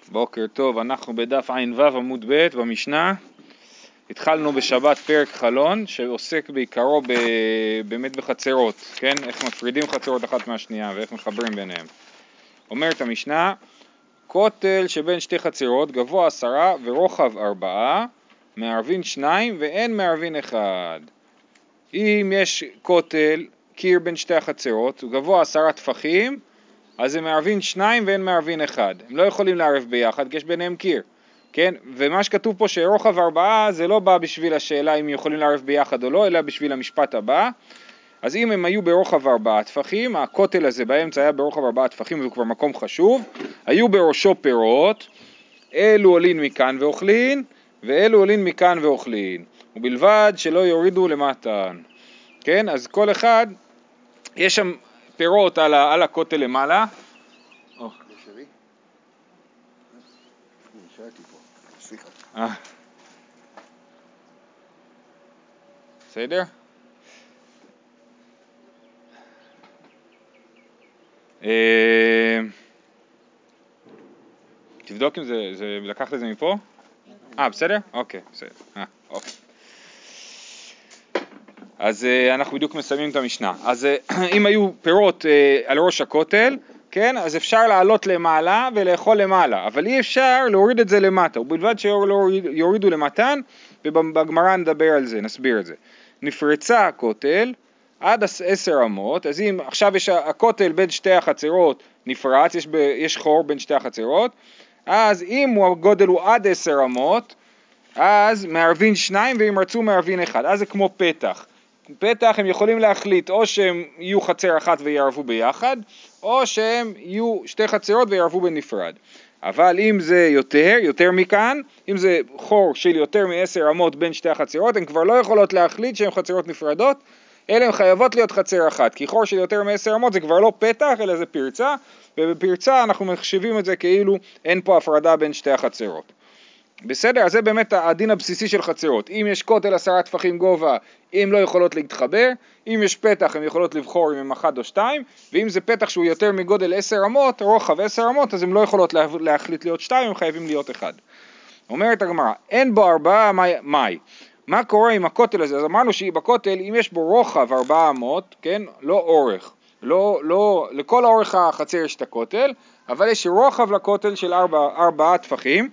בוקר טוב, אנחנו בדף ע"ו עמוד ב' במשנה. התחלנו בשבת פרק חלון שעוסק בעיקרו באמת בחצרות, כן? איך מפרידים חצרות אחת מהשנייה ואיך מחברים ביניהם. אומרת המשנה, כותל שבין שתי חצרות גבוה 10 ורוחב 4, מערבין 2 ואין מערבין 1. אם יש כותל, קיר בין שתי החצרות, הוא גבוה 10 טפחים, אז הם מערבין 2 ואין מערבין 1. הם לא יכולים לערב ביחד, כי יש ביניהם קיר. כן? ומה שכתוב פה שרוחב 4 זה לא בא בשביל השאלה אם יכולים לערב ביחד או לא, אלא בשביל המשפט הבא. אז אם הם היו ברוחב 4 טפחים, הכותל הזה באמצע היה ברוחב 4 טפחים, וזה כבר מקום חשוב, היו בראשו פירות, אלו עולין מכאן ואוכלין, ואלו עולין מכאן ואוכלין, ובלבד שלא יורידו למטן. כן? אז כל אחד, יש שם פירות על הכותל למעלה. נשארתי פה, סליחה. בסדר? תבדוק אם זה לקחת את זה מפה? בסדר? אוקיי, בסדר. אוקיי. אז אנחנו בדיוק מסיימים את המשנה. אז אם היו פירות על ראש הכותל, כן, אז אפשר לעלות למעלה ולאכול למעלה, אבל אי אפשר להוריד את זה למטה, ובלבד שיורידו למתן, ובגמרא נדבר על זה, נסביר את זה. נפרצה הכותל עד 10 אמות, אז אם עכשיו יש הכותל בין שתי החצרות נפרץ, יש חור בין שתי החצרות, אז אם הגודל הוא עד 10 אמות, אז מערבין 2 ואם רצו מערבין 1, אז זה כמו פתח. פתח הם יכולים להחליט או שהם יהיו חצר אחת ויערבו ביחד, או שהם יהיו שתי חצרות ויערבו בנפרד. אבל אם זה יותר מכאן, אם זה חור של יותר מ10 אמות בין שתי החצרות, הן כבר לא יכולות להחליט שהן חצרות נפרדות, אלא הן חייבות להיות חצר אחת, כי חור של יותר מ10 אמות זה כבר לא פתח, אלא זה פרצה, ובפרצה אנחנו מחשיבים את זה כאילו אין פה הפרדה בין שתי החצרות. בסדר, אז זה באמת הדין הבסיסי של חצרות. אם יש כותל 10 טפחים גובה, הם לא יכולות להתחבר, אם יש פתח הם יכולות לבחור אם הם 1 או 2, ואם זה פתח שהוא יותר מגודל 10 אמות, רוחב 10 אמות, אז הם לא יכולות להחליט להיות 2, הם חייבים להיות 1. אומרת הגמרא, אין בו 4 מאי. מה קורה עם הכותל הזה? אז אמרנו שבכותל, אם יש בו רוחב 4 אמות, כן, לא אורך, לא, לכל האורך החצר יש את הכותל, אבל יש רוחב לכותל של 4 טפחים,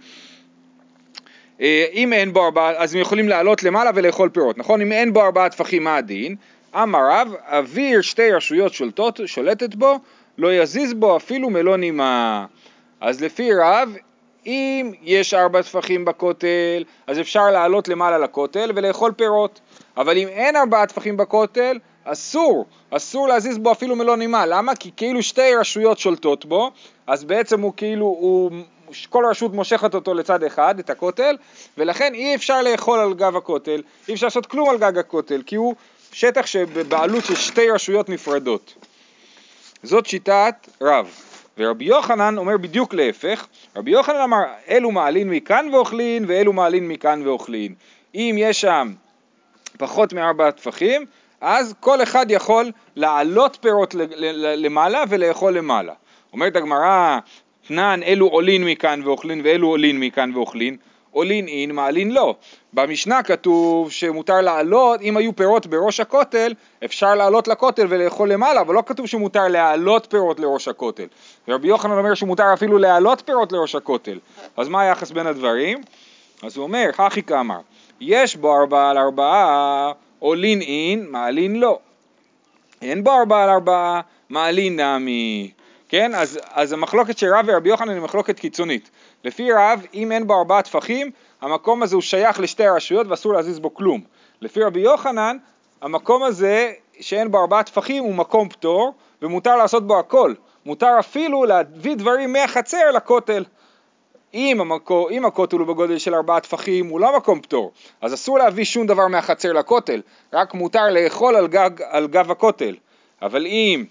אם אין בו 4, אז הם יכולים לעלות למעלה ולאכול פירות, נכון? אם אין בו 4 טפחים, מה הדין? אמר רב, אוויר שתי רשויות שולטת בו, לא יזיז בו אפילו מלוא נימה. אז לפי רב, אם יש 4 טפחים בכותל, אז אפשר לעלות למעלה לכותל ולאכול פירות. אבל אם אין 4 טפחים בכותל, אסור להזיז בו אפילו מלוא נימה. למה? כי כאילו שתי רשויות שולטות בו, אז בעצם הוא כאילו, כל רשות מושכת אותו לצד אחד, את הכותל, ולכן אי אפשר לאכול על גב הכותל, אי אפשר לעשות כלום על גג הכותל, כי הוא שטח שבבעלות של שתי רשויות נפרדות. זאת שיטת רב. ורבי יוחנן אומר בדיוק להפך, רבי יוחנן אמר, אלו מעלין מכאן ואוכלין, ואלו מעלין מכאן ואוכלין. אם יש שם פחות מ4 טפחים, אז כל אחד יכול לעלות פירות למעלה ולאכול למעלה. אומרת הגמרא, תנן אלו עולין מכאן ואוכלין ואלו עולין מכאן ואוכלין, עולין אין מעלין לא. במשנה כתוב שמותר לעלות, אם היו פירות בראש הכותל, אפשר לעלות לכותל ולאכול למעלה, אבל לא כתוב שמותר לעלות פירות לראש הכותל. ורבי יוחנן אומר שמותר אפילו לעלות פירות לראש הכותל. אז מה היחס בין הדברים? אז הוא אומר, הכי כאמר, יש בו 4 על 4, עולין אין, מעלין לא. אין בו 4 על 4, מעלין נמי. כן? אז המחלוקת של רב ורבי יוחנן היא מחלוקת קיצונית. לפי רב, אם אין בו 4 טפחים, המקום הזה הוא שייך לשתי הרשויות ואסור להזיז בו כלום. לפי רבי יוחנן, המקום הזה שאין בו 4 טפחים הוא מקום פטור, ומותר לעשות בו הכל. מותר אפילו להביא דברים מהחצר לכותל. אם הכותל הוא בגודל של 4 טפחים, הוא לא מקום פטור. אז אסור להביא שום דבר מהחצר לכותל, רק מותר לאכול על גב הכותל. אבל אם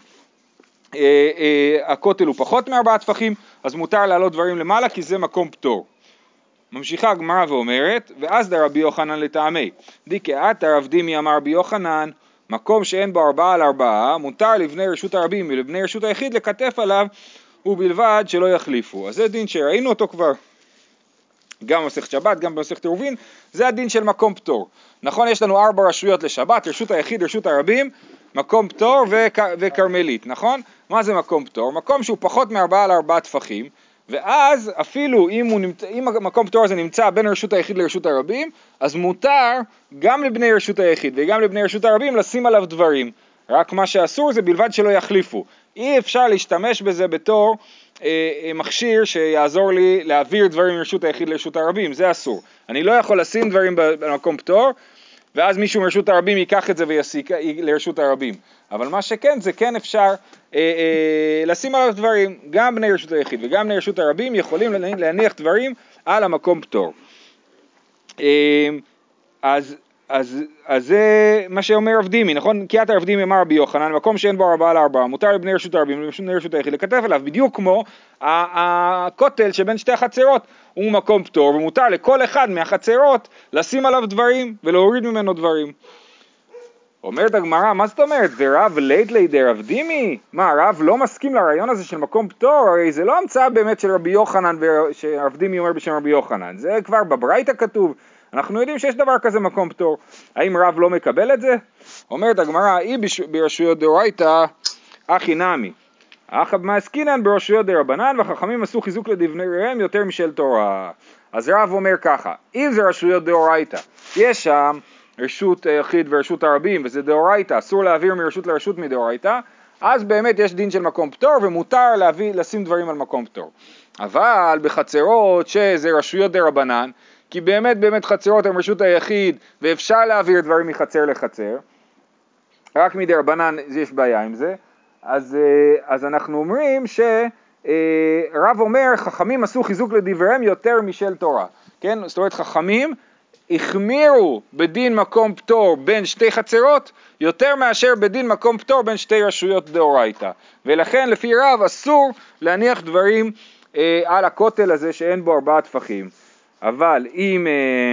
הכותל הוא פחות מ4 טפחים, אז מותר לעלות דברים למעלה, כי זה מקום פטור. ממשיכה הגמרא ואומרת, ואז דה רבי יוחנן לטעמי, דיקאת רב דימי אמר רבי יוחנן, מקום שאין בו 4 על 4, מותר לבני רשות הרבים ולבני רשות היחיד לקטף עליו, ובלבד שלא יחליפו. אז זה דין שראינו אותו כבר, גם במסכת שבת, גם במסכת עירובין, זה הדין של מקום פטור. נכון, יש לנו 4 רשויות לשבת, רשות היחיד, רשות הרבים, מקום פטור וקרמלית, נכון? מה זה מקום פטור? מקום שהוא פחות מ4 על 4 טפחים, ואז אפילו אם המקום פטור הזה נמצא בין רשות היחיד לרשות הרבים, אז מותר גם לבני רשות היחיד וגם לבני רשות הרבים לשים עליו דברים. רק מה שאסור זה בלבד שלא יחליפו. אי אפשר להשתמש בזה בתור מכשיר שיעזור לי להעביר דברים מרשות היחיד לרשות הרבים, זה אסור. אני לא יכול לשים דברים במקום פטור, ואז מישהו מרשות הרבים ייקח את זה ויסיק לרשות הרבים. אבל מה שכן, זה כן אפשר לשים עליו דברים, גם בני רשות היחיד וגם בני רשות הרבים יכולים להניח דברים על המקום פטור. אז זה מה שאומר רב דימי, נכון? קיאת רב דימי אמר רבי יוחנן, מקום שאין בו 4 על 4, מותר לבני רשות הרבים ולבני רשות היחיד לכתב עליו, בדיוק כמו הכותל שבין שתי החצרות הוא מקום פטור, ומותר לכל אחד מהחצרות לשים עליו דברים ולהוריד ממנו דברים. אומרת הגמרא, מה זאת אומרת? ורב לית לידי רב דימי? מה, הרב לא מסכים לרעיון הזה של מקום פטור? הרי זה לא המצאה באמת של רבי יוחנן, שרב דימי אומר בשם רבי יוחנן, זה כבר בברייתא כתוב. אנחנו יודעים שיש דבר כזה מקום פטור. האם רב לא מקבל את זה? אומרת הגמרא, אי ברשויות דאורייתא אחי נמי. אחא במעסקינן ברשויות דרבנן, והחכמים עשו חיזוק לדבריהם יותר משל תורה. אז רב אומר ככה, אם זה רשויות דאורייתא, יש שם רשות יחיד ורשות הרבים, וזה דאורייתא, אסור להעביר מרשות לרשות מדאורייתא, אז באמת יש דין של מקום פטור, ומותר לשים דברים על מקום פטור. אבל בחצרות שזה רשויות דרבנן, כי באמת חצרות הם רשות היחיד, ואפשר להעביר דברים מחצר לחצר, רק מדרבנן יש בעיה עם זה, אז אנחנו אומרים שרב אומר, חכמים עשו חיזוק לדבריהם יותר משל תורה, כן? זאת אומרת, חכמים החמירו בדין מקום פטור בין שתי חצרות, יותר מאשר בדין מקום פטור בין שתי רשויות דאורייתא, ולכן לפי רב אסור להניח דברים על הכותל הזה שאין בו 4 טפחים. אבל אם,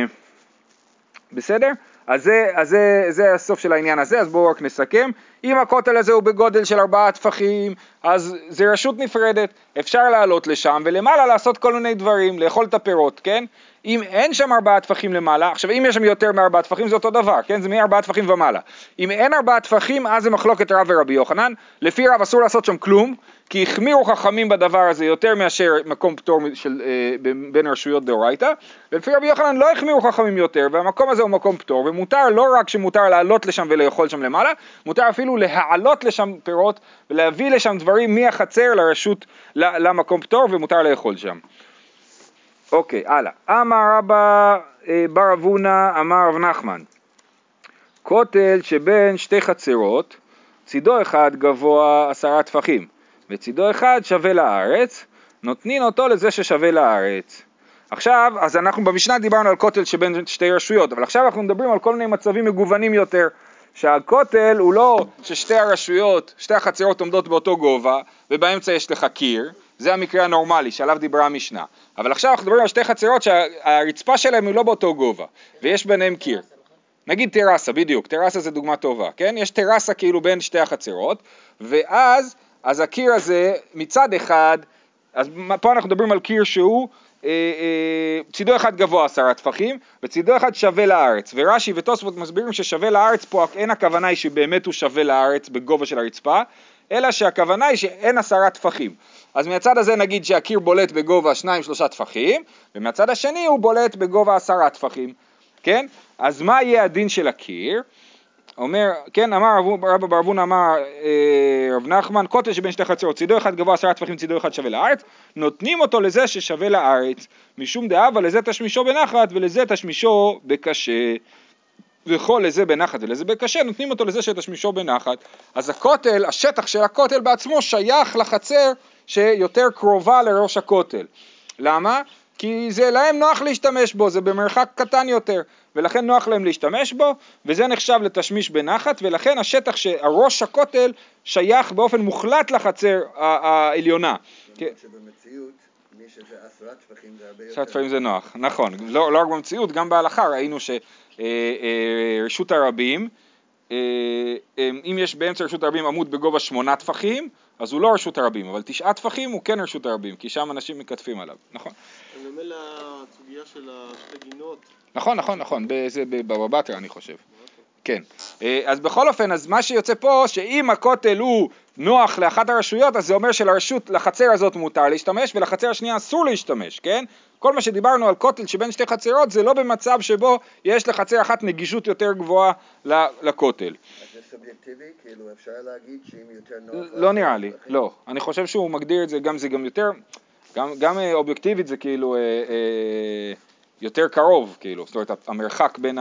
בסדר? אז זה הסוף של העניין הזה, אז בואו רק נסכם. אם הכותל הזה הוא בגודל של 4 טפחים, אז זה רשות נפרדת, אפשר לעלות לשם ולמעלה לעשות כל מיני דברים, לאכול את הפירות, כן? אם אין שם 4 טפחים למעלה, עכשיו אם יש שם יותר מ4 טפחים זה אותו דבר, כן? זה מ4 טפחים ומעלה. אם אין 4 טפחים אז זה מחלוקת רב ורבי יוחנן, לפי רב אסור לעשות שם כלום, כי החמירו חכמים בדבר הזה יותר מאשר מקום פטור בין רשויות דאורייתא, ולפי רבי יוחנן לא החמירו חכמים יותר, והמקום הזה הוא מקום פטור, ומותר לא רק שמותר לעלות לשם ולאכול שם למעלה, מותר אפילו להעלות לשם פירות, ולהביא לשם דברים מהחצר לרשות, למקום פטור, ומותר לאכול שם. אוקיי, הלאה. אמר רבא בר אבונה, אמר רב נחמן, כותל שבין שתי חצרות, צידו אחד גבוה 10 טפחים, וצידו אחד שווה לארץ, נותנים אותו לזה ששווה לארץ. עכשיו, אז אנחנו במשנה דיברנו על כותל שבין שתי רשויות, אבל עכשיו אנחנו מדברים על כל מיני מצבים מגוונים יותר, שהכותל הוא לא ששתי הרשויות, שתי החצרות עומדות באותו גובה, ובאמצע יש לך קיר, זה המקרה הנורמלי שעליו דיברה המשנה. אבל עכשיו אנחנו מדברים על שתי חצרות שהרצפה שלהם היא לא באותו גובה, ויש ביניהם קיר. נגיד טרסה, בדיוק, טרסה זה דוגמה טובה, כן? יש טרסה כאילו בין שתי החצרות, ואז הקיר הזה מצד אחד, אז פה אנחנו מדברים על קיר שהוא, צידו אחד גבוה 10 טפחים, וצידו אחד שווה לארץ, ורש"י ותוספות מסבירים ששווה לארץ פה אין הכוונה היא שבאמת הוא שווה לארץ בגובה של הרצפה, אלא שהכוונה היא שאין 10 טפחים. אז מהצד הזה נגיד שהקיר בולט בגובה 2-3 טפחים, ומהצד השני הוא בולט בגובה 10 טפחים, כן? אז מה יהיה הדין של הקיר? אומר, כן, אמר רבא בר אבונה, אמר רב נחמן, כותל שבין שתי חצרות, צידו אחד גבוה 10 טפחים, צידו אחד שווה לארץ, נותנים אותו לזה ששווה לארץ, משום דאבה לזה תשמישו בנחת ולזה תשמישו בקשה, וכל לזה בנחת ולזה בקשה, נותנים אותו לזה שתשמישו בנחת. אז הכותל, השטח של הכותל בעצמו שייך לחצר שיותר קרובה לראש הכותל. למה? כי זה להם נוח להשתמש בו, זה במרחק קטן יותר, ולכן נוח להם להשתמש בו, וזה נחשב לתשמיש בנחת, ולכן השטח שהראש הכותל שייך באופן מוחלט לחצר העליונה. שבמציאות, מי שזה 10 טפחים זה הרבה יותר. 10 טפחים זה נוח, נכון. לא רק במציאות, גם בהלכה ראינו שרשות הרבים, אם יש באמצע רשות הרבים עמוד בגובה 8 טפחים, אז הוא לא רשות הרבים, אבל 9 טפחים הוא כן רשות הרבים, כי שם אנשים מקטפים עליו, נכון? אני אומר לסוגיה של השתי גינות. נכון, זה בבבא בתרא אני חושב. כן, אז בכל אופן, אז מה שיוצא פה, שאם הכותל הוא נוח לאחת הרשויות, אז זה אומר שלרשות, לחצר הזאת מותר להשתמש, ולחצר השנייה אסור להשתמש, כן? כל מה שדיברנו על כותל שבין שתי חצרות, זה לא במצב שבו יש לחצר אחת נגישות יותר גבוהה לכותל. אז זה סובייקטיבי? כאילו אפשר להגיד שאם יותר נוח... לא נראה לי, לא. אני חושב שהוא מגדיר את זה, זה גם יותר, גם אובייקטיבית זה כאילו יותר קרוב, כאילו, זאת אומרת, המרחק בין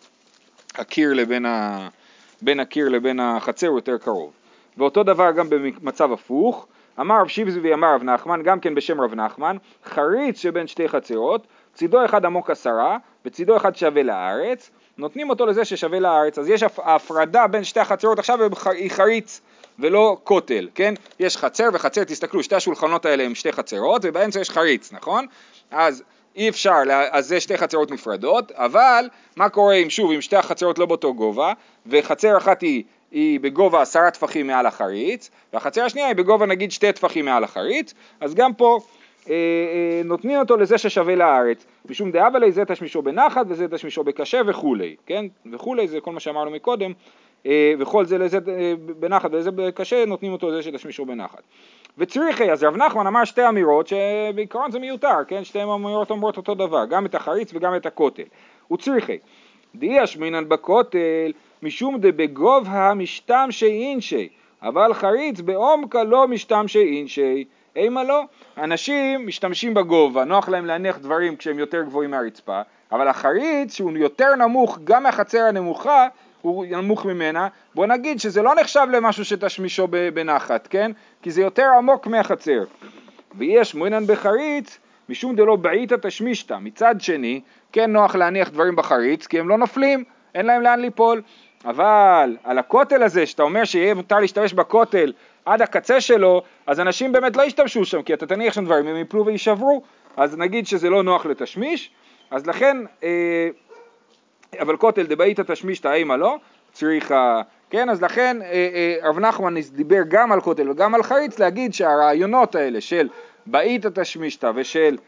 בין הקיר לבין החצר הוא יותר קרוב. ואותו דבר גם במצב הפוך, אמר רב שיבזי ואמר רב נחמן, גם כן בשם רב נחמן, חריץ שבין שתי חצרות, צידו אחד עמוק 10 וצידו אחד שווה לארץ, נותנים אותו לזה ששווה לארץ, אז יש הפרדה בין שתי החצרות, עכשיו היא חריץ ולא כותל, כן? יש חצר וחצר, תסתכלו, שתי השולחנות האלה הם שתי חצרות ובאמצע יש חריץ, נכון? אז אי אפשר, אז זה שתי חצרות נפרדות, אבל מה קורה אם שוב, אם שתי החצרות לא באותו גובה, וחצר אחת היא בגובה 10 טפחים מעל החריץ, והחצר השנייה היא בגובה נגיד 2 טפחים מעל החריץ, אז גם פה נותנים אותו לזה ששווה לארץ, משום דאבה לי זה תשמישו בנחת וזה תשמישו בקשה וכולי, כן? וכולי זה כל מה שאמרנו מקודם, וכל זה לזה בנחת וזה בקשה נותנים אותו לזה שתשמישו בנחת. וצריכי, אז רב נחמן אמר שתי אמירות שבעיקרון זה מיותר, כן? שתי אמירות אומרות אותו דבר, גם את החריץ וגם את הכותל. וצריכי, דיש מינן בכותל משום דבגובה משתמשי אינשי, אבל חריץ בעומקה לא משתמשי אינשי. אימה לא? אנשים משתמשים בגובה, נוח להם להניח דברים כשהם יותר גבוהים מהרצפה, אבל החריץ שהוא יותר נמוך גם מהחצר הנמוכה, הוא נמוך ממנה, בוא נגיד שזה לא נחשב למשהו שתשמישו בנחת, כן? כי זה יותר עמוק מהחצר. ויש מוינן בחריץ, משום דלא בעיתא תשמישתא. מצד שני, כן נוח להניח דברים בחריץ, כי הם לא נופלים, אין להם לאן ליפול. אבל על הכותל הזה, שאתה אומר שיהיה מותר להשתמש בכותל עד הקצה שלו, אז אנשים באמת לא ישתמשו שם, כי אתה תניח שם דברים, הם יפלו וישברו, אז נגיד שזה לא נוח לתשמיש, אז לכן... אבל כותל דבעיתא תשמישתא אימה לא, צריכה, כן, אז לכן רב נחמן דיבר גם על כותל וגם על חריץ, להגיד שהרעיונות האלה של בעיתא תשמישתא ושל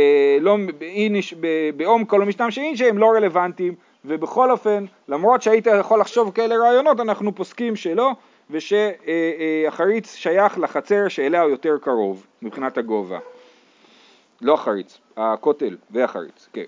בעומקה לא משתמשי אינשי הם לא רלוונטיים, ובכל אופן, למרות שהיית יכול לחשוב כאלה רעיונות, אנחנו פוסקים שלא, ושהחריץ שייך לחצר שאליה הוא יותר קרוב מבחינת הגובה. לא החריץ, הכותל והחריץ, כן.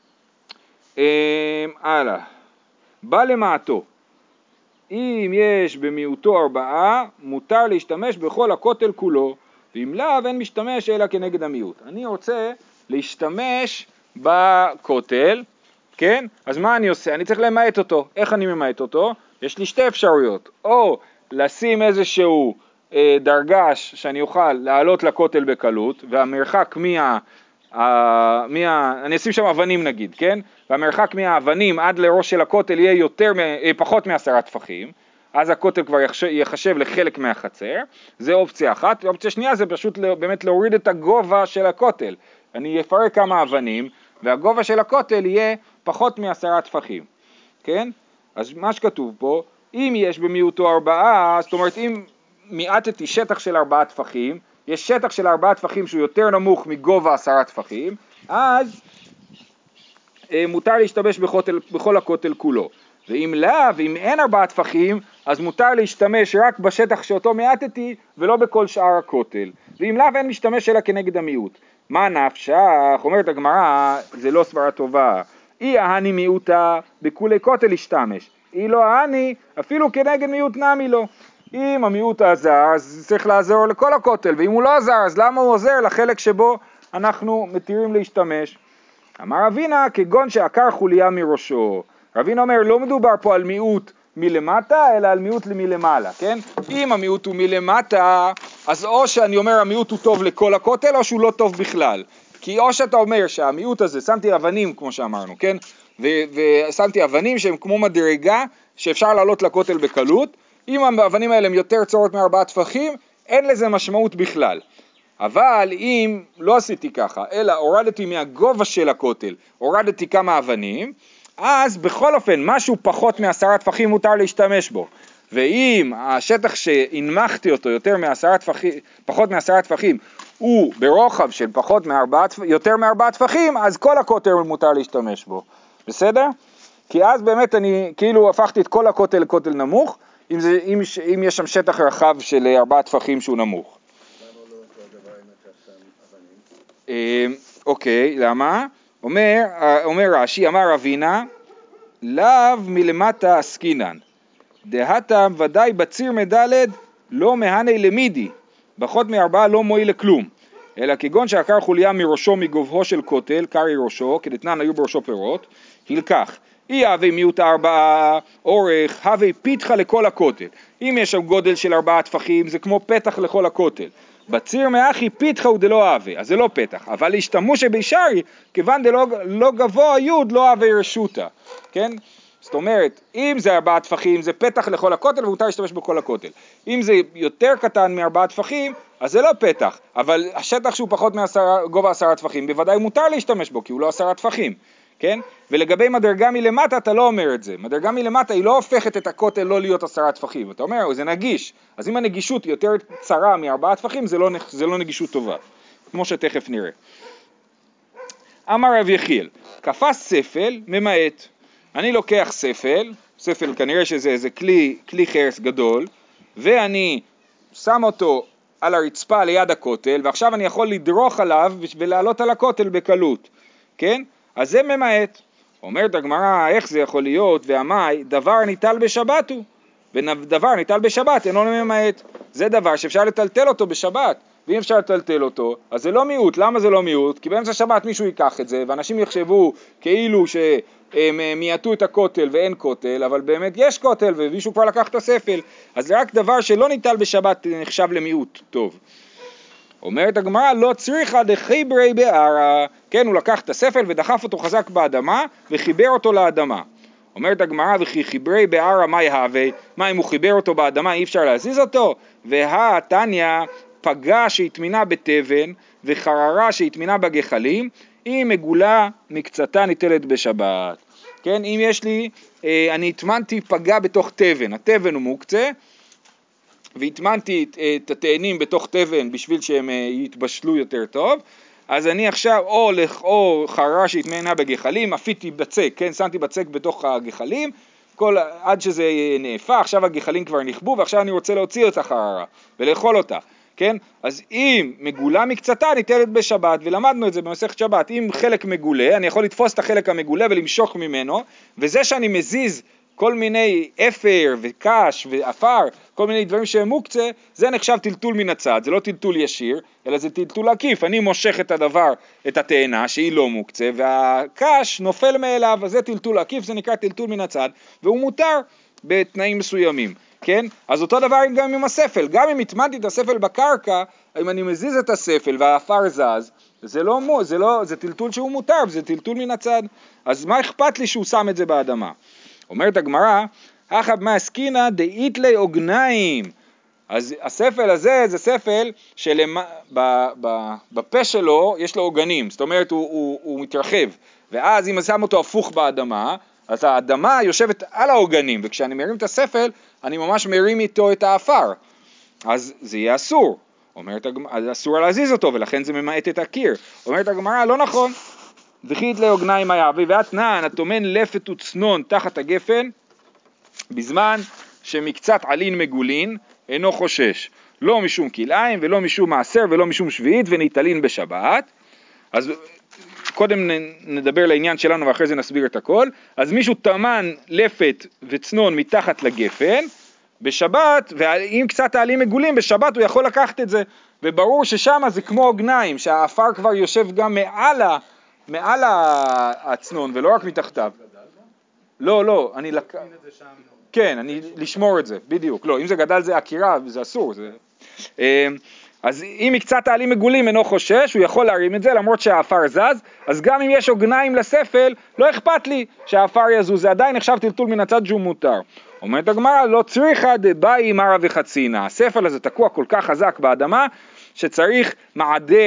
הלאה, בא למעטו, אם יש במיעוטו 4 מותר להשתמש בכל הכותל כולו, ואם לאו אין משתמש אלא כנגד המיעוט. אני רוצה להשתמש בכותל, כן? אז מה אני עושה? אני צריך למעט אותו. איך אני ממעט אותו? יש לי 2 אפשרויות, או לשים איזשהו דרגש שאני אוכל לעלות לכותל בקלות, והמרחק אני אשים שם אבנים נגיד, כן? והמרחק מהאבנים עד לראש של הכותל יהיה פחות מ10 טפחים, אז הכותל כבר יחשב לחלק מהחצר, זה אופציה אחת. אופציה שנייה זה פשוט באמת להוריד את הגובה של הכותל. אני אפרק כמה אבנים, והגובה של הכותל יהיה פחות מ10 טפחים, כן? אז מה שכתוב פה, אם יש במיעוטו 4, זאת אומרת אם מיעטתי שטח של 4 טפחים, יש שטח של 4 טפחים שהוא יותר נמוך מגובה 10 טפחים, אז מותר להשתמש בכל הכותל כולו. ואם לאו, ואם אין 4 טפחים, אז מותר להשתמש רק בשטח שאותו מיעטתי, ולא בכל שאר הכותל. ואם לאו אין משתמש אלא כנגד המיעוט. מה נפשך? אומרת הגמרא, זה לא סברה טובה. אי ההני מיעוטה בכולי כותל להשתמש. אי לא ההני, אפילו כנגד מיעוט נמי לו. אם המיעוט עזר, אז צריך לעזור לכל הכותל, ואם הוא לא עזר, אז למה הוא עוזר לחלק שבו אנחנו מתירים להשתמש? אמר רבינה, כגון שעקר חוליה מראשו. רבינה אומר, לא מדובר פה על מיעוט מלמטה, אלא על מיעוט מלמעלה, כן? אם המיעוט הוא מלמטה, אז או שאני אומר המיעוט הוא טוב לכל הכותל, או שהוא לא טוב בכלל. כי או שאתה אומר שהמיעוט הזה, שמתי אבנים כמו שאמרנו, כן? ושמתי אבנים שהם כמו מדרגה, שאפשר לעלות לכותל בקלות. אם האבנים האלה הם יותר צורות מ4 טפחים, אין לזה משמעות בכלל. אבל אם לא עשיתי ככה, אלא הורדתי מהגובה של הכותל, הורדתי כמה אבנים, אז בכל אופן משהו פחות מ10 טפחים מותר להשתמש בו. ואם השטח שהנמכתי אותו פחות מ10 טפחים, הוא ברוחב של יותר מ4 טפחים, אז כל הכותל מותר להשתמש בו, בסדר? כי אז באמת אני כאילו הפכתי את כל הכותל לכותל נמוך, אם יש שם שטח רחב של 4 טפחים שהוא נמוך. למה לא אותו דבר אם אתה שם אבנים? אוקיי, למה? אומר רש"י, אמר רבינה, לאו מלמטה עסקינן, דהתם ודאי בציר מדלת לא מהני למידי, פחות מ4 לא מועיל לכלום, אלא כגון שעקר חוליה מראשו מגובהו של כותל, קרי ראשו, כדתנן היו בראשו פירות, הלקח, אי הווי מיעוט 4 אורך, הווי פיתחה לכל הכותל. אם יש שם גודל של 4 טפחים, זה כמו פתח לכל הכותל. בציר מאחי פיתחה הוא דלא הווי, אז זה לא פתח. אבל להשתמוש בישרי, כיוון דלא גבוה יוד, לא הווי רשותה. כן? זאת אומרת, אם זה 4 טפחים, זה פתח לכל הכותל, ומותר להשתמש בכל הכותל. אם זה יותר קטן מ4 טפחים, אז זה לא פתח. אבל השטח שהוא פחות גובה 10 טפחים, בוודאי מותר להשתמש בו, כי הוא לא 10 טפחים. כן? ולגבי מדרגה מלמטה אתה לא אומר את זה. מדרגה מלמטה היא לא הופכת את הכותל לא להיות 10 טפחים. אתה אומר, זה נגיש. אז אם הנגישות היא יותר צרה מ4 טפחים, זה לא נגישות טובה. כמו שתכף נראה. אמר רב יחיאל, קפץ ספל ממעט. אני לוקח ספל כנראה שזה איזה כלי חרס גדול, ואני שם אותו על הרצפה ליד הכותל, ועכשיו אני יכול לדרוך עליו ולעלות על הכותל בקלות. כן? אז זה ממעט. אומרת הגמרא, איך זה יכול להיות? והמאי, דבר ניטל בשבת הוא. ודבר ניטל בשבת, אינו ממעט. זה דבר שאפשר לטלטל אותו בשבת. ואם אפשר לטלטל אותו, אז זה לא מיעוט. למה זה לא מיעוט? כי באמצע שבת מישהו ייקח את זה, ואנשים יחשבו כאילו שהם מייעטו את הכותל ואין כותל, אבל באמת יש כותל, ומישהו כבר לקח את הספל. אז זה רק דבר שלא ניטל בשבת נחשב למיעוט טוב. אומרת הגמרא, לא צריכה דחיברי בערה. כן, הוא לקח את הספל ודחף אותו חזק באדמה וחיבר אותו לאדמה. אומרת הגמרא, וכי חיברי בערה מה יהווה? מה אם הוא חיבר אותו באדמה אי אפשר להזיז אותו? והתניא פגע שהתמינה בתבן וחררה שהתמינה בגחלים, היא מגולה מקצתה ניטלת בשבת. כן, אם יש לי, אני התמנתי פגע בתוך תבן, התבן הוא מוקצה, והתמנתי את התאנים בתוך תבן בשביל שהם יתבשלו יותר טוב, אז אני עכשיו או חררה שהתמנה בגחלים, אפיתי בצק, כן, שמתי בצק בתוך הגחלים, עד שזה נאפה, עכשיו הגחלים כבר נכבו, ועכשיו אני רוצה להוציא את החררה ולאכול אותה, כן? אז אם מגולה מקצתה ניטלת בשבת, ולמדנו את זה במסכת שבת, אם חלק מגולה, אני יכול לתפוס את החלק המגולה ולמשוך ממנו, וזה שאני מזיז כל מיני אפר וקש ואפר, כל מיני דברים שהם מוקצה, זה נחשב טלטול מן הצד, זה לא טלטול ישיר, אלא זה טלטול עקיף, אני מושך את הדבר, את התאנה שהיא לא מוקצה, והקש נופל מאליו, אז זה טלטול עקיף, זה נקרא טלטול מן הצד, והוא מותר בתנאים מסוימים, כן? אז אותו דבר גם עם הספל, גם אם התמנתי את הספל בקרקע, אם אני מזיז את הספל והאפר זז, זה טלטול שהוא מותר, זה טלטול מן הצד, אז מה אכפת לי שהוא שם את זה באדמה? אומרת הגמרא, אחב מהסקינה דאית לי עוגניים. אז הספל הזה זה ספל שבפה שלו יש לו עוגנים, זאת אומרת הוא מתרחב, ואז אם אני שם אותו הפוך באדמה, אז האדמה יושבת על העוגנים, וכשאני מרים את הספל, אני ממש מרים איתו את האפר, אז זה יהיה אסור. אומרת הגמרא, אז אסור להזיז אותו, ולכן זה ממעט את הקיר. אומרת הגמרא, לא נכון. דחית לעוגניים היה, ואתנן, התומן לפת וצנון תחת הגפן, בזמן שמקצת עלין מגולין, אינו חושש. לא משום כלאיים, ולא משום מעשר, ולא משום שביעית, וניטלין בשבת. אז קודם נדבר לעניין שלנו, ואחרי זה נסביר את הכל. אז מישהו תמן לפת וצנון מתחת לגפן, בשבת, ואם קצת העלים מגולים, בשבת הוא יכול לקחת את זה. וברור ששם זה כמו עוגניים, שהאפר כבר יושב גם מעל הצנון, ולא רק מתחתיו. לא, אני כן, אני לשמור את זה, בדיוק. לא, אם זה גדל זה עקירה, זה אסור. אז אם מקצת העלים מגולים אינו חושש, הוא יכול להרים את זה, למרות שהאפר זז, אז גם אם יש עוגניים לספל, לא אכפת לי שהאפר יזוז, זה עדיין נחשב טלטול מן הצד שהוא מותר. אומרת הגמרא, לא צריכה דבאי מרה וחצינה. הספל הזה תקוע כל כך חזק באדמה, שצריך מעדר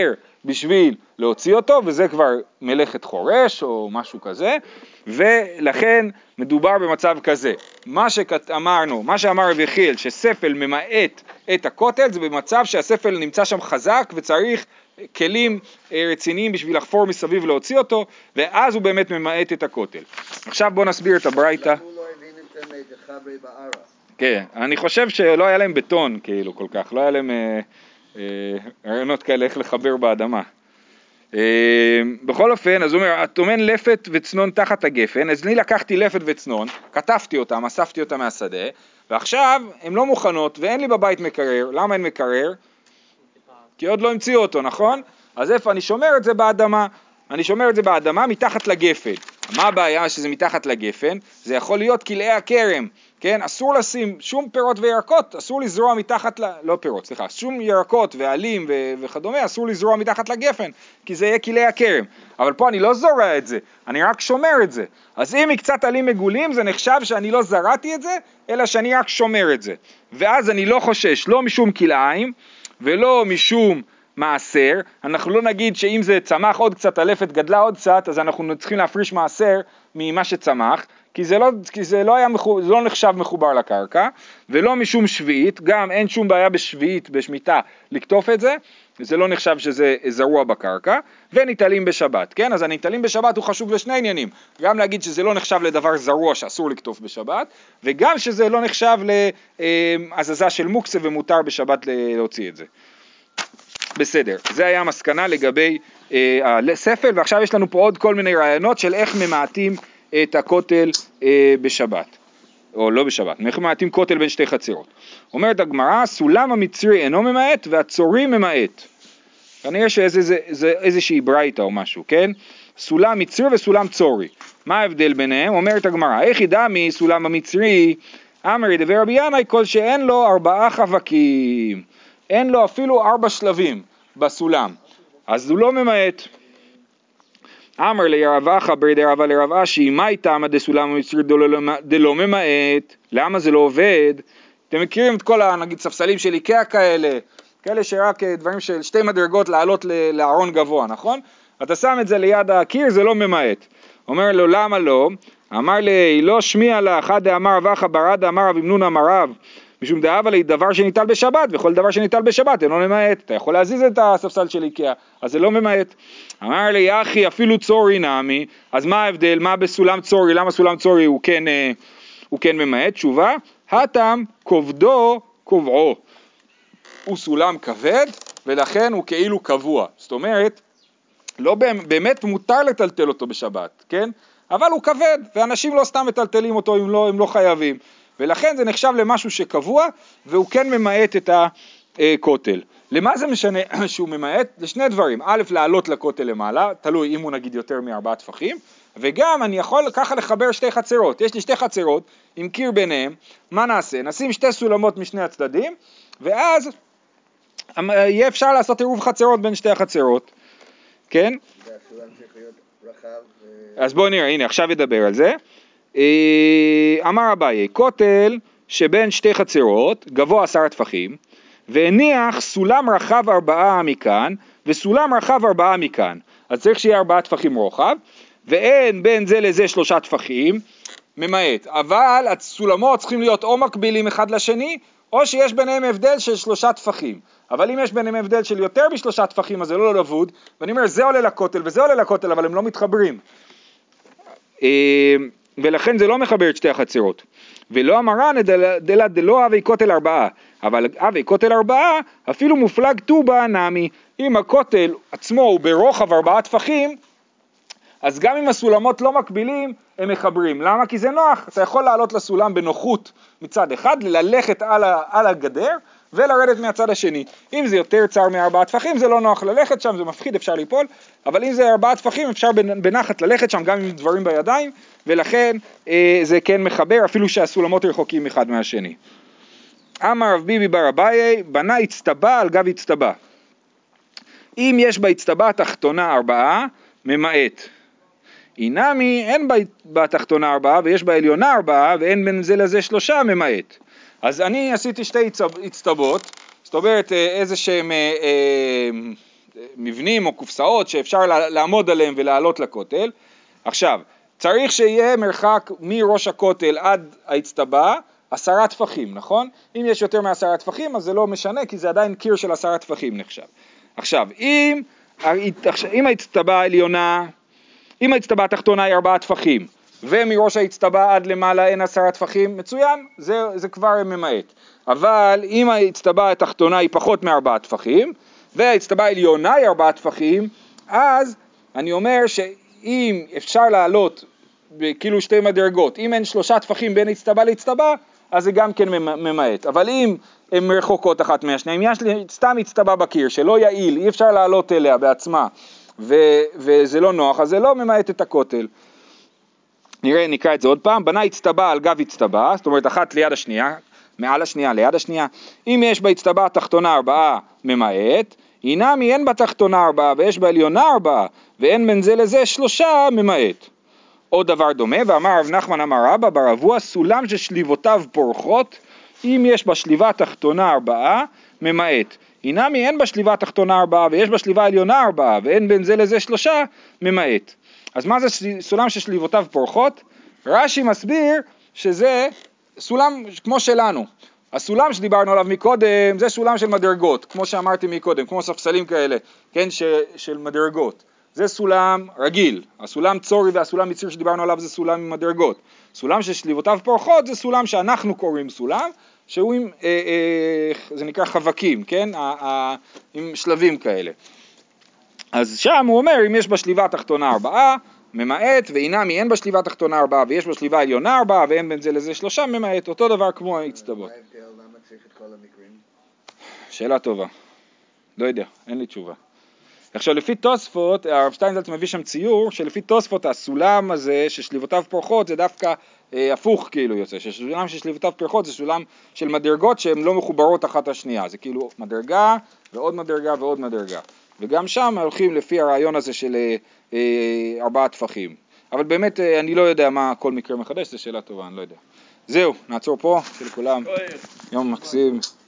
בשביל להוציא אותו, וזה כבר מלאכת חורש או משהו כזה, ולכן מדובר במצב כזה. מה שאמר רבי יחיאל, שספל ממעט את הכותל, זה במצב שהספל נמצא שם חזק וצריך כלים רציניים בשביל לחפור מסביב להוציא אותו, ואז הוא באמת ממעט את הכותל. עכשיו בוא נסביר את הברייתא. למה הוא לא הבין את חברי בערה? כן, אני חושב שלא היה להם בטון כאילו כל כך, לא היה להם רעיונות כאלה איך לחבר באדמה. בכל אופן, אז הוא אומר, הטומן לפת וצנון תחת הגפן, אז אני לקחתי לפת וצנון, כתבתי אותם, אספתי אותם מהשדה, ועכשיו הן לא מוכנות ואין לי בבית מקרר. למה אין מקרר? כי עוד לא המציאו אותו, נכון? אז איפה אני שומר את זה באדמה? אני שומר את זה באדמה מתחת לגפן. מה הבעיה שזה מתחת לגפן? זה יכול להיות כלאי הכרם, כן? אסור לשים שום פירות וירקות, אסור לזרוע מתחת, לא פירות, סליחה, שום ירקות ועלים וכדומה, אסור לזרוע מתחת לגפן, כי זה יהיה כלאי הכרם. אבל פה אני לא זורע את זה, אני רק שומר את זה. אז אם היא קצת עלים מגולים, זה נחשב שאני לא זרעתי את זה, אלא שאני רק שומר את זה. ואז אני לא חושש, לא משום כלאיים, ולא משום מעשר. אנחנו לא נגיד שאם זה צמח עוד קצת, הלפת גדלה עוד קצת, אז אנחנו צריכים להפריש מעשר ממה שצמח, כי זה לא נחשב מחובר לקרקע, ולא משום שביעית, גם אין שום בעיה בשביעית, בשמיטה, לקטוף את זה, זה לא נחשב שזה זרוע בקרקע, וניטלים בשבת, כן? אז הניטלים בשבת הוא חשוב לשני עניינים, גם להגיד שזה לא נחשב לדבר זרוע שאסור לקטוף בשבת, וגם שזה לא נחשב להזזה של מוקסה ומותר בשבת להוציא את זה. בסדר, זה היה המסקנה לגבי הספל, ועכשיו יש לנו פה עוד כל מיני רעיונות של איך ממעטים את הכותל בשבת, או לא בשבת, איך ממעטים כותל בין שתי חצרות. אומרת הגמרא, סולם המצרי אינו ממעט והצורי ממעט. כנראה שזה איזושהי ברייתא או משהו, כן? סולם מצרי וסולם צורי. מה ההבדל ביניהם? אומרת הגמרא, איך ידע מסולם המצרי, אמרי דבר רבי ינאי, כל שאין לו 4 חבקים, אין לו אפילו 4 שלבים בסולם, אז הוא לא ממעט. אמר לרב אחא ברי דרבא לרב אשי, מאי תמא דסולם המצרי דלא ממעט? למה זה לא עובד? אתם מכירים את כל נגיד ספסלים של איקאה כאלה שרק דברים של 2 מדרגות לעלות לארון גבוה, נכון? אתה שם את זה ליד הקיר, זה לא ממעט. אומר לו, למה לא? אמר לי, לא שמיע לה, אחד אמר רב אחא ברד אמר רב אמנון אמר רב, משום דאבה לי דבר שניטל בשבת, וכל דבר שניטל בשבת אינו ממעט. אתה יכול להזיז את הספסל של איקאה, אז זה לא ממעט. אמר לי, אחי, אפילו צורי נעמי, אז מה ההבדל? מה בסולם צורי? למה סולם צורי הוא כן ממעט? תשובה, הטעם כובדו קובעו. הוא סולם כבד, ולכן הוא כאילו קבוע. זאת אומרת, לא באמת מותר לטלטל אותו בשבת, כן? אבל הוא כבד, ואנשים לא סתם מטלטלים אותו אם לא חייבים. ולכן זה נחשב למשהו שקבוע, והוא כן ממעט את הכותל. למה זה משנה שהוא ממעט? לשני דברים. א', לעלות לכותל למעלה, תלוי אם הוא נגיד יותר מ4 טפחים, וגם אני יכול ככה לחבר 2 חצרות. יש לי 2 חצרות עם קיר ביניהם, מה נעשה? נשים 2 סולמות משני הצדדים, ואז יהיה אפשר לעשות עירוב חצרות בין 2 החצרות. כן? והסולם צריך להיות רחב. אז בואו נראה, הנה עכשיו ידבר על זה. אמר אביי, כותל שבין 2 חצרות, גבוה 10 טפחים, והניח סולם רחב 4 מכאן, וסולם רחב 4 מכאן. אז צריך שיהיה 4 טפחים רוחב, ואין בין זה לזה 3 טפחים, ממעט. אבל הסולמות צריכים להיות או מקבילים אחד לשני, או שיש ביניהם הבדל של 3 טפחים. אבל אם יש ביניהם הבדל של יותר מ3 טפחים, אז זה לא לבוד. ואני אומר, זה עולה לכותל וזה עולה לכותל, אבל הם לא מתחברים. ולכן זה לא מחבר את 2 החצרות. ולא אמרן דלא אבי כותל 4, אבל אבי כותל 4 אפילו מופלג טובה נמי. אם הכותל עצמו הוא ברוחב 4 טפחים, אז גם אם הסולמות לא מקבילים, הם מחברים. למה? כי זה נוח. אתה יכול לעלות לסולם בנוחות מצד אחד, ללכת על הגדר ולרדת מהצד השני. אם זה יותר צר מ4 טפחים, זה לא נוח ללכת שם, זה מפחיד, אפשר ליפול, אבל אם זה 4 טפחים, אפשר בנחת ללכת שם גם עם דברים בידיים, ולכן זה כן מחבר, אפילו שהסולמות רחוקים אחד מהשני. אמר רב ביבי בר אביי, בנה הצטבה על גב הצטבה. אם יש בהצטבה התחתונה 4, ממעט. אינמי אין בתחתונה 4 ויש בעליונה 4 ואין בין זה לזה 3, ממעט. אז אני עשיתי 2 הצטבות, זאת אומרת איזה שהם מבנים או קופסאות שאפשר לעמוד עליהם ולעלות לכותל. עכשיו, צריך שיהיה מרחק מראש הכותל עד האצטבה 10 טפחים, נכון? אם יש יותר מ10 טפחים אז זה לא משנה, כי זה עדיין קיר של 10 טפחים נחשב. עכשיו, אם האצטבה העליונה, אם האצטבה התחתונה היא 4 טפחים, ומראש האצטבה עד למעלה אין 10 טפחים, מצוין, זה כבר ממעט. אבל אם האצטבה התחתונה היא פחות מ4 טפחים, והאצטבה העליונה היא 4 טפחים, אז אני אומר שאם אפשר לעלות כאילו 2 מדרגות, אם אין 3 טפחים בין אצטבה לאצטבה, אז זה גם כן ממעט. אבל אם הן רחוקות אחת מהשנייה, אם יש לי סתם אצטבה בקיר שלא יעיל, אי אפשר לעלות אליה בעצמה, וזה לא נוח, אז זה לא ממעט את הכותל. נקרא את זה עוד פעם. בנה אצטבה על גב אצטבה, זאת אומרת אחת ליד השנייה, מעל השנייה ליד השנייה. אם יש באצטבה התחתונה 4 ממעט, הינמי אין בתחתונה 4 ויש בעליונה 4, ואין בין זה לזה 3 ממעט. עוד דבר דומה, ואמר רב נחמן אמר רבא בר אבוה, סולם ששליבותיו פורחות, אם יש בשליבה התחתונה 4 ממעט. הינמי אין בשליבה התחתונה 4 ויש בשליבה העליונה 4, ואין בין זה לזה 3 ממעט. אז מה זה סולם ששליבותיו פורחות? רש"י מסביר שזה סולם כמו שלנו. הסולם שדיברנו עליו מקודם זה סולם של מדרגות, כמו שאמרתי מקודם, כמו ספסלים כאלה, כן, של מדרגות. זה סולם רגיל. הסולם צורי והסולם מציר שדיברנו עליו זה סולם עם מדרגות. סולם ששליבותיו פורחות זה סולם שאנחנו קוראים סולם, שהוא עם, זה נקרא חבקים, כן, עם שלבים כאלה. אז שם הוא אומר, אם יש בשליבה התחתונה 4 ממעט, והינמי אין בשליבה התחתונה 4 ויש בשליבה העליונה 4 ואין בין זה לזה 3 ממעט, אותו דבר כמו האצטבות. מה ההבדל? למה צריך את כל המקרים? שאלה טובה, לא יודע, אין לי תשובה. עכשיו לפי תוספות, הרב שטיינזלץ מביא שם ציור, שלפי תוספות הסולם הזה ששליבותיו פורחות זה דווקא הפוך כאילו יוצא, שסולם ששליבותיו פורחות זה סולם של מדרגות שהן לא מחוברות אחת השנייה, זה כאילו מדרגה ועוד מדרגה ועוד מדרגה. וגם שם הולכים לפי הרעיון הזה של 4 טפחים. אבל באמת אני לא יודע מה כל מקרה מחדש, זו שאלה טובה, אני לא יודע. זהו, נעצור פה, של כולם. יום מקסים.